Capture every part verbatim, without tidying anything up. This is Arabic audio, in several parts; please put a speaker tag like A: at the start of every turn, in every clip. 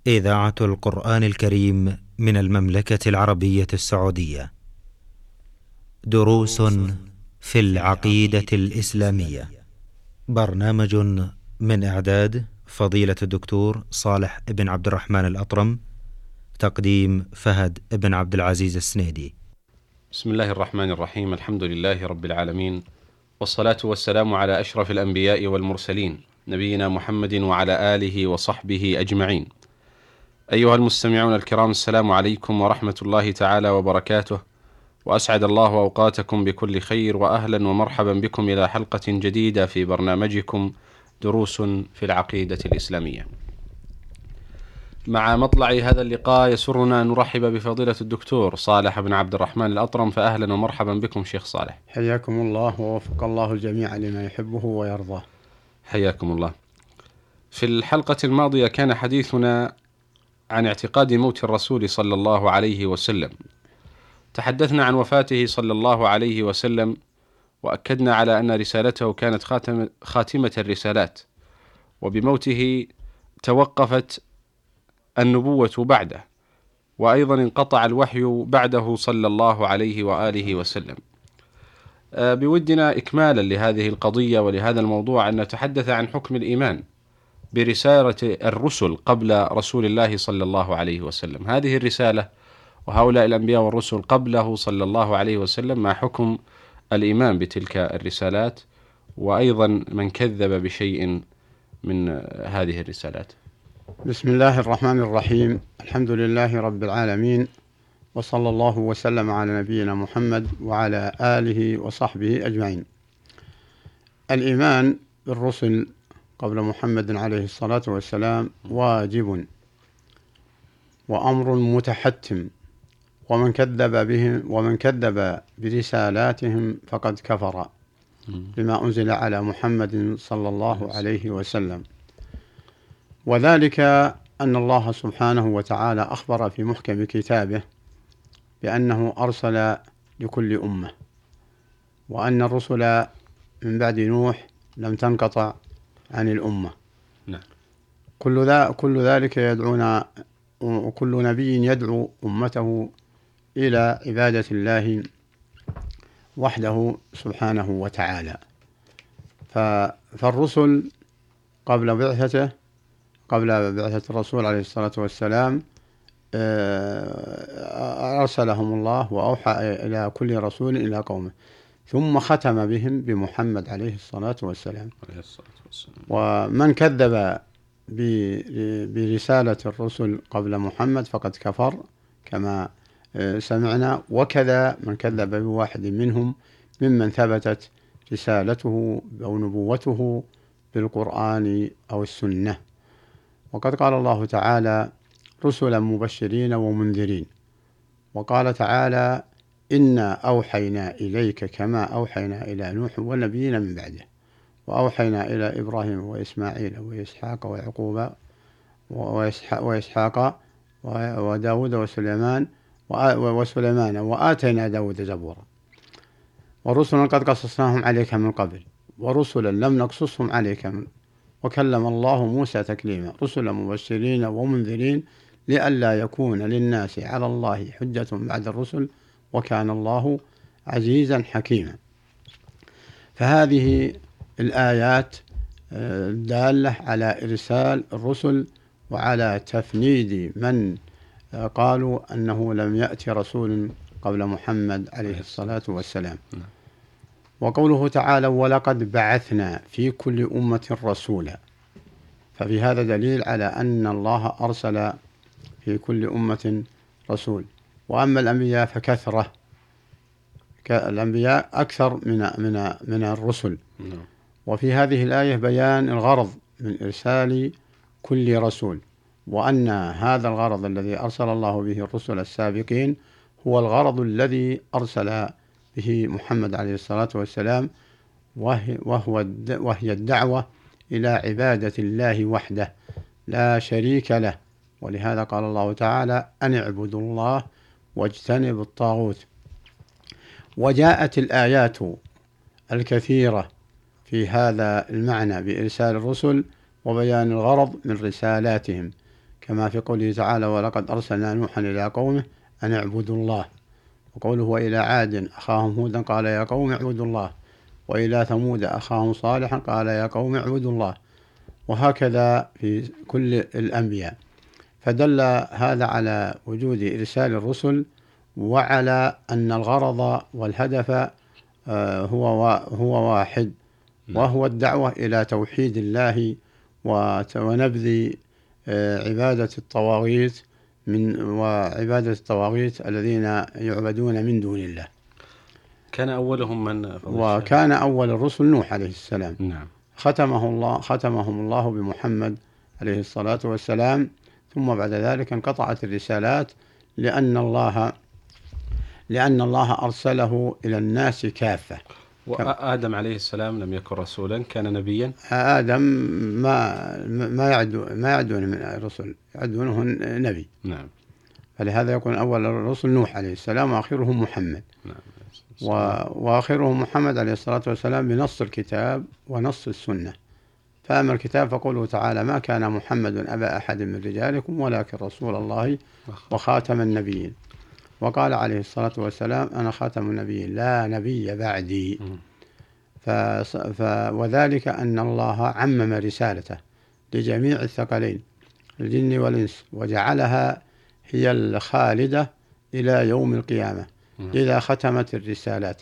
A: إذاعة القرآن الكريم من المملكة العربية السعودية. دروس في العقيدة الإسلامية. برنامج من إعداد فضيلة الدكتور صالح بن عبد الرحمن الأطرم. تقديم فهد بن عبد العزيز السنيدي.
B: بسم الله الرحمن الرحيم. الحمد لله رب العالمين، والصلاة والسلام على أشرف الأنبياء والمرسلين، نبينا محمد وعلى آله وصحبه أجمعين. أيها المستمعون الكرام، السلام عليكم ورحمة الله تعالى وبركاته، وأسعد الله أوقاتكم بكل خير، وأهلا ومرحبا بكم إلى حلقة جديدة في برنامجكم دروس في العقيدة الإسلامية. مع مطلع هذا اللقاء يسرنا أن نرحب بفضيلة الدكتور صالح بن عبد الرحمن الأطرم، فأهلا ومرحبا بكم شيخ صالح.
C: حياكم الله ووفق الله الجميع لما يحبه ويرضاه.
B: حياكم الله. في الحلقة الماضية كان حديثنا عن اعتقاد موت الرسول صلى الله عليه وسلم. تحدثنا عن وفاته صلى الله عليه وسلم، وأكدنا على أن رسالته كانت خاتم خاتمة الرسالات، وبموته توقفت النبوة بعده، وأيضا انقطع الوحي بعده صلى الله عليه وآله وسلم. بودنا إكمالا لهذه القضية ولهذا الموضوع أن نتحدث عن حكم الإيمان برسالة الرسل قبل رسول الله صلى الله عليه وسلم. هذه الرسالة وهؤلاء الأنبياء والرسل قبله صلى الله عليه وسلم، ما حكم الإيمان بتلك الرسالات، وأيضا من كذب بشيء من هذه الرسالات.
C: بسم الله الرحمن الرحيم. الحمد لله رب العالمين، وصلى الله وسلم على نبينا محمد وعلى آله وصحبه أجمعين. الإيمان بالرسل قبل محمد عليه الصلاة والسلام واجب وأمر متحتم، ومن كذب بهم ومن كذب برسالاتهم فقد كفر بما أنزل على محمد صلى الله عليه وسلم. وذلك أن الله سبحانه وتعالى أخبر في محكم كتابه بأنه أرسل لكل أمة، وأن الرسل من بعد نوح لم تنقطع عن الأمة.
B: نعم.
C: كل ذا كل ذلك يدعونا، وكل نبي يدعو أمته إلى عبادة الله وحده سبحانه وتعالى. فالرسل قبل بعثته قبل بعثة الرسول عليه الصلاة والسلام أرسلهم الله وأوحى إلى كل رسول إلى قومه، ثم ختم بهم بمحمد عليه الصلاة والسلام. ومن كذب برسالة الرسل قبل محمد فقد كفر كما سمعنا، وكذا من كذب بواحد منهم ممن ثبتت رسالته أو نبوته بالقرآن أو السنة. وقد قال الله تعالى: رسلا مبشرين ومنذرين. وقال تعالى: إنا أوحينا إليك كما أوحينا إلى نوح والنبيين من بعده، وأوحينا إلى إبراهيم وإسماعيل وإسحاق ويعقوب وإسحاق وداود وسليمان وسليمان وآتينا داود زبورا. ورسلا قد قصصناهم عليك من قبل، ورسلا لم نقصصهم عليك من وكلم الله موسى تكليما. رسلا مبشرين ومنذرين لئلا يكون للناس على الله حجة بعد الرسل، وكان الله عزيزا حكيما. فهذه الآيات دالة على إرسال الرسل وعلى تفنيد من قالوا أنه لم يأتي رسول قبل محمد عليه الصلاة والسلام. وقوله تعالى: ولقد بعثنا في كل أمة رسولا، ففي هذا دليل على أن الله أرسل في كل أمة رسول. وأما الأنبياء فكثرة، الأنبياء أكثر من من من الرسل. وفي هذه الآية بيان الغرض من إرسال كل رسول، وأن هذا الغرض الذي أرسل الله به الرسل السابقين هو الغرض الذي أرسل به محمد عليه الصلاة والسلام، وهو وهي الدعوة إلى عبادة الله وحده لا شريك له. ولهذا قال الله تعالى: أن اعبدوا الله واجتنبوا الطاغوت. وجاءت الآيات الكثيرة في هذا المعنى بإرسال الرسل وبيان الغرض من رسالاتهم، كما في قوله تعالى ولقد أرسلنا نوحا إلى قومه أن اعبدوا الله، وقوله وإلى عاد أخاهم هودا قال يا قوم اعبدوا الله، وإلى ثمود أخاهم صالحا قال يا قوم اعبدوا الله، وهكذا في كل الأنبياء. فدل هذا على وجود إرسال الرسل، وعلى أن الغرض والهدف هو هو واحد، وهو الدعوة إلى توحيد الله ونبذ عبادة الطواغيت من وعبادة الطواغيت الذين يعبدون من دون الله.
B: كان أولهم من
C: وكان أول الرسل نوح عليه السلام.
B: نعم.
C: ختمه الله ختمهم الله بمحمد عليه الصلاة والسلام، ثم بعد ذلك انقطعت الرسالات لأن الله لأن الله أرسله إلى الناس كافة.
B: وآدم عليه السلام لم يكن رسولا، كان نبيا.
C: آدم ما ما يعدو ما يعدون من الرسل، يعدونه نبي.
B: نعم.
C: فلهذا يكون أول الرسل نوح عليه السلام وآخرهم محمد.
B: نعم.
C: وآخرهم محمد عليه الصلاة والسلام بنص الكتاب ونص السنة. فأما الكتاب فقوله تعالى ما كان محمد أبا أحد من رجالكم ولكن رسول الله وخاتم النبيين. وقال عليه الصلاة والسلام أنا خاتم النبيين لا نبي بعدي. ف... ف... وذلك أن الله عمم رسالته لجميع الثقلين الجن والإنس، وجعلها هي الخالدة إلى يوم القيامة، إذا ختمت الرسالات.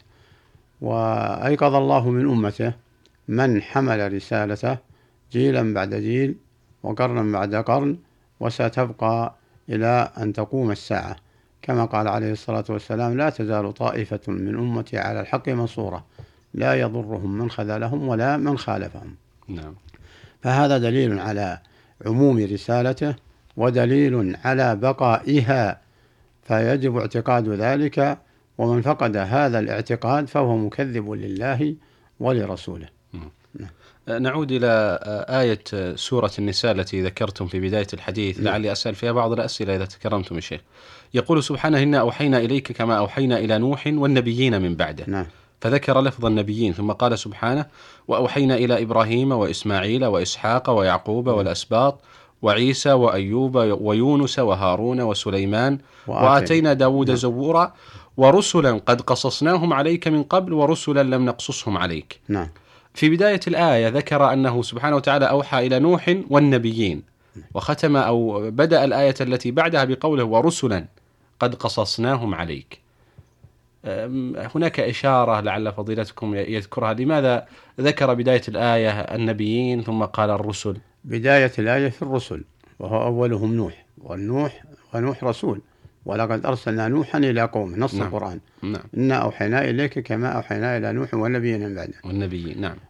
C: وأيقظ الله من أمته من حمل رسالته جيلا بعد جيل وقرنا بعد قرن، وستبقى إلى أن تقوم الساعة، كما قال عليه الصلاة والسلام لا تزال طائفة من أمتي على الحق منصورة لا يضرهم من خذلهم ولا من خالفهم.
B: نعم.
C: فهذا دليل على عموم رسالته ودليل على بقائها، فيجب اعتقاد ذلك، ومن فقد هذا الاعتقاد فهو مكذب لله ولرسوله.
B: نعود إلى آية سورة النساء التي ذكرتم في بداية الحديث، لعلي أسأل فيها بعض الأسئلة إذا تكرمتم يا شيخ. يقول سبحانه إنا أوحينا إليك كما أوحينا إلى نوح والنبيين من بعده.
C: نعم.
B: فذكر لفظ النبيين، ثم قال سبحانه وأوحينا إلى إبراهيم وإسماعيل وإسحاق ويعقوب والأسباط وعيسى وأيوب ويونس وهارون وسليمان وآتينا داود زبورا ورسلا قد قصصناهم عليك من قبل ورسلا لم نقصصهم عليك.
C: نعم.
B: في بداية الآية ذكر أنه سبحانه وتعالى أوحى إلى نوح والنبيين، وختم أو بدأ الآية التي بعدها بقوله ورسلا قد قصصناهم عليك. هناك إشارة لعل فضيلتكم يذكرها، لماذا ذكر بداية الآية النبيين ثم قال الرسل؟
C: بداية الآية في الرسل، وهو أولهم نوح، والنوح ونوح رسول، ولقد أرسلنا نوحا إلى قومه، نص نعم. القرآن.
B: نعم.
C: إنا أوحينا إليك كما أوحينا إلى نوح والنبيين من بعده.
B: والنبيين نعم.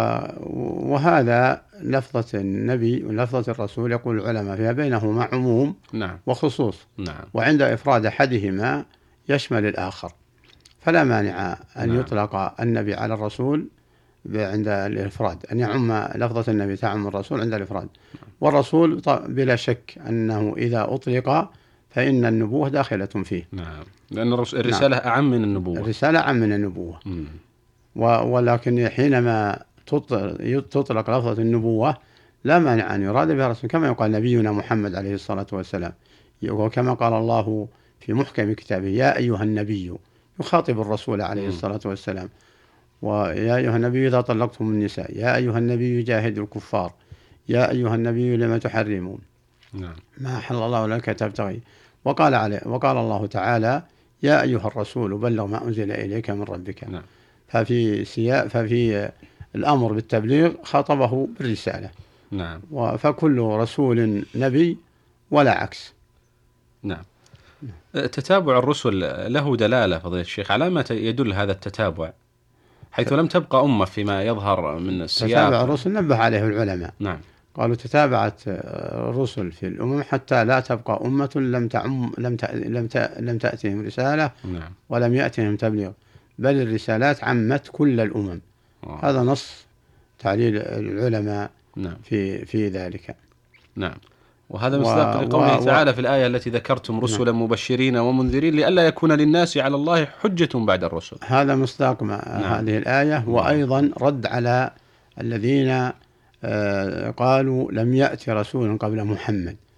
C: وهذا لفظة النبي ولفظة الرسول يقول العلماء فيها بينهما عموم
B: نعم.
C: وخصوص.
B: نعم.
C: وعند إفراد أحدهما يشمل الآخر، فلا مانع أن نعم. يطلق النبي على الرسول عند الإفراد، أن يعم لفظة النبي تعم الرسول عند الإفراد. نعم. والرسول بلا شك أنه إذا أطلق فإن النبوة داخلة فيه.
B: نعم. لأن الرسالة نعم. أعم من النبوة.
C: الرسالة أعم من النبوة. م. ولكن حينما تطلق لفظة النبوة لا مانع أن يراد بها الرسول، كما يقال نبينا محمد عليه الصلاة والسلام، وكما قال الله في محكم كتابه يا أيها النبي، يخاطب الرسول عليه الصلاة والسلام، ويا أيها النبي إذا طلقتم النساء يا أيها النبي جاهد الكفار يا أيها النبي لما تحرمون
B: نعم.
C: ما أحل الله لك تبتغي. وقال عليه وقال الله تعالى يا أيها الرسول بلغ ما أنزل إليك من ربك.
B: نعم.
C: ففي سياق ففي الأمر بالتبليغ خاطبه بالرسالة.
B: نعم.
C: فكل رسول نبي ولا عكس.
B: نعم. تتابع الرسل له دلالة فضيلة الشيخ، على ما يدل هذا التتابع، حيث لم تبقى أمة فيما يظهر من السياق.
C: تتابع الرسل نبه عليه العلماء.
B: نعم.
C: قالوا تتابعت الرسل في الأمم حتى لا تبقى أمة لم تعم لم لم لم تأتهم رسالة.
B: نعم.
C: ولم يأتهم تبليغ، بل الرسالات عمت كل الأمم.
B: أوه.
C: هذا نص تعليل العلماء.
B: نعم.
C: في في ذلك.
B: نعم. وهذا مصداق لقوله و... تعالى في الآية التي ذكرتم رسلا نعم. مبشرين ومنذرين لئلا يكون للناس على الله حجة بعد الرسل.
C: هذا مصداق نعم. هذه الآية. وأيضا رد على الذين آه قالوا لم يأتي رسول قبل محمد،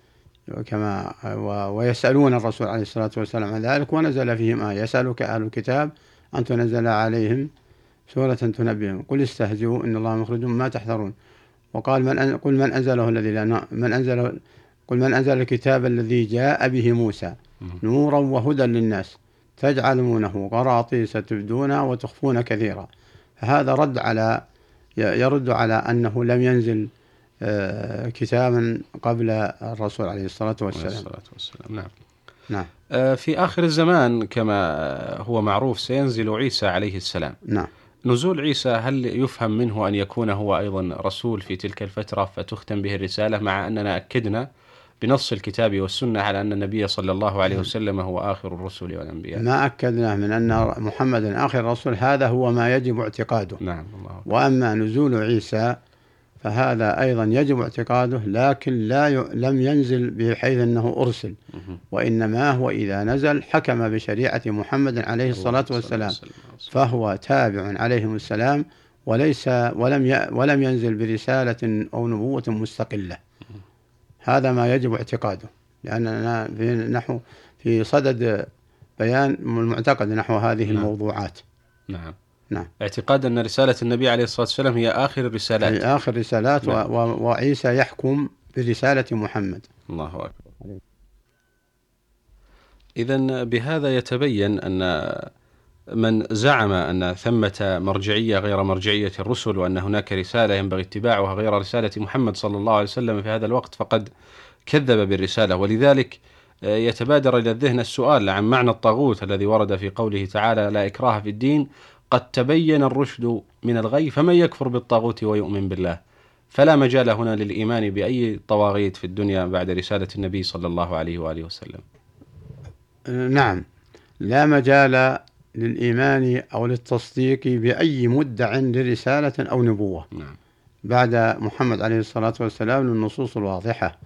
C: كما ويسألون الرسول عليه الصلاة والسلام عن ذلك، ونزل فيهم آية يسألك أهل الكتاب أن تنزل عليهم سورة تنبئهم قل استهزئوا إن الله مخرج ما تحذرون. وقال من قل من أنزله الذي لا من أنزل قل من أنزل الكتاب الذي جاء به موسى نورا وهدى للناس تجعلونه قراطيس تبدون وتخفون كثيرا. فهذا رد على يرد على أنه لم ينزل كتابا قبل الرسول عليه الصلاة والسلام.
B: نعم.
C: نعم.
B: في آخر الزمان كما هو معروف سينزل عيسى عليه السلام.
C: نعم.
B: نزول عيسى هل يفهم منه أن يكون هو أيضا رسول في تلك الفترة فتختم به الرسالة، مع أننا أكدنا بنص الكتاب والسنة على أن النبي صلى الله عليه وسلم هو آخر الرسل والأنبياء؟
C: ما أكدنا من أن محمد آخر رسول، هذا هو ما يجب اعتقاده.
B: نعم. الله.
C: وأما نزول عيسى فهذا أيضا يجب اعتقاده، لكن لا ي... لم ينزل بحيث أنه أرسل، وإنما هو إذا نزل حكم بشريعة محمد عليه الصلاة والسلام، فهو تابع عليهم السلام، وليس ولم ي... ولم ينزل برسالة أو نبوة مستقلة. هذا ما يجب اعتقاده، لأننا في نحو في صدد بيان المعتقد نحو هذه نعم. الموضوعات.
B: نعم.
C: نعم.
B: اعتقاد أن رسالة النبي عليه الصلاة والسلام هي آخر الرسالات.
C: هي آخر الرسالات. نعم. و... و... وعيسى يحكم برسالة محمد.
B: الله أكبر. إذن بهذا يتبين أن من زعم أن ثمة مرجعية غير مرجعية الرسل، وأن هناك رسالة ينبغي اتباعها غير رسالة محمد صلى الله عليه وسلم في هذا الوقت فقد كذب بالرسالة. ولذلك يتبادر إلى الذهن السؤال عن معنى الطاغوت الذي ورد في قوله تعالى لا إكراه في الدين قد تبين الرشد من الغي فمن يكفر بالطاغوت ويؤمن بالله. فلا مجال هنا للإيمان بأي طواغيت في الدنيا بعد رسالة النبي صلى الله عليه وآله وسلم.
C: نعم، لا مجال للإيمان أو للتصديق بأي مدع لرسالة أو نبوة
B: نعم.
C: بعد محمد عليه الصلاة والسلام للنصوص الواضحة.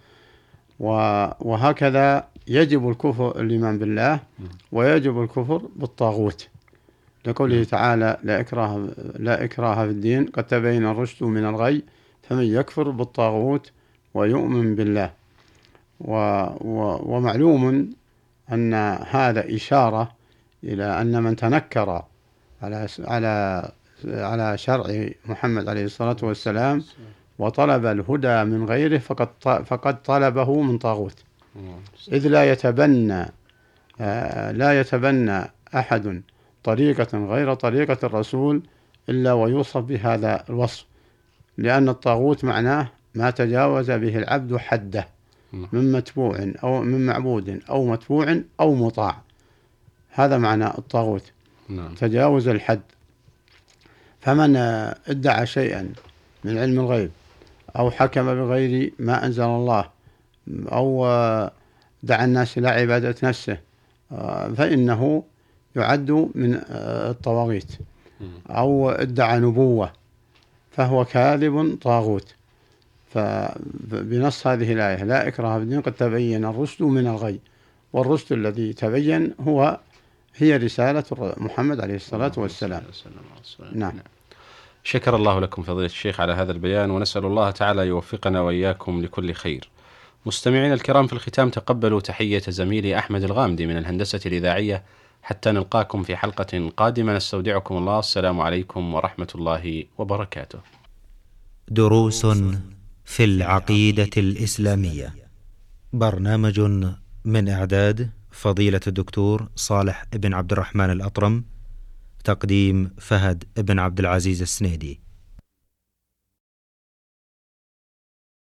C: وهكذا يجب الكفر الإيمان بالله ويجب الكفر بالطاغوت، لقوله تعالى لا إكراه, لا إكراه في الدين قد تبين الرشد من الغي فمن يكفر بالطاغوت ويؤمن بالله. و و ومعلوم أن هذا إشارة إلى أن من تنكر على على على شرع محمد عليه الصلاة والسلام وطلب الهدى من غيره فقد فقد طلبه من طاغوت، إذ لا يتبنى لا يتبنى أحد طريقة غير طريقة الرسول إلا ويوصف بهذا الوصف، لأن الطاغوت معناه ما تجاوز به العبد حده من متبوع أو من معبود أو متبوع أو مطاع. هذا معنى الطاغوت، تجاوز الحد. فمن ادعى شيئا من علم الغيب أو حكم بغير ما أنزل الله أو دعا الناس إلى عبادة نفسه فإنه يعد من الطواغيت، أو ادعى نبوة فهو كاذب طاغوت. فبنص هذه الآية لا إكراه في الدين قد تبين الرشد من الغي، والرشد الذي تبين هو هي رسالة محمد عليه الصلاة والسلام. نعم.
B: شكر الله لكم فضيلة الشيخ على هذا البيان، ونسأل الله تعالى يوفقنا وإياكم لكل خير. مستمعين الكرام، في الختام تقبلوا تحية زميلي أحمد الغامدي من الهندسة الإذاعية، حتى نلقاكم في حلقة قادمة نستودعكم الله. السلام عليكم ورحمة الله وبركاته.
A: دروس في العقيدة الإسلامية، برنامج من إعداد فضيلة الدكتور صالح بن عبد الرحمن الأطرم، تقديم فهد بن عبد العزيز السنيدي.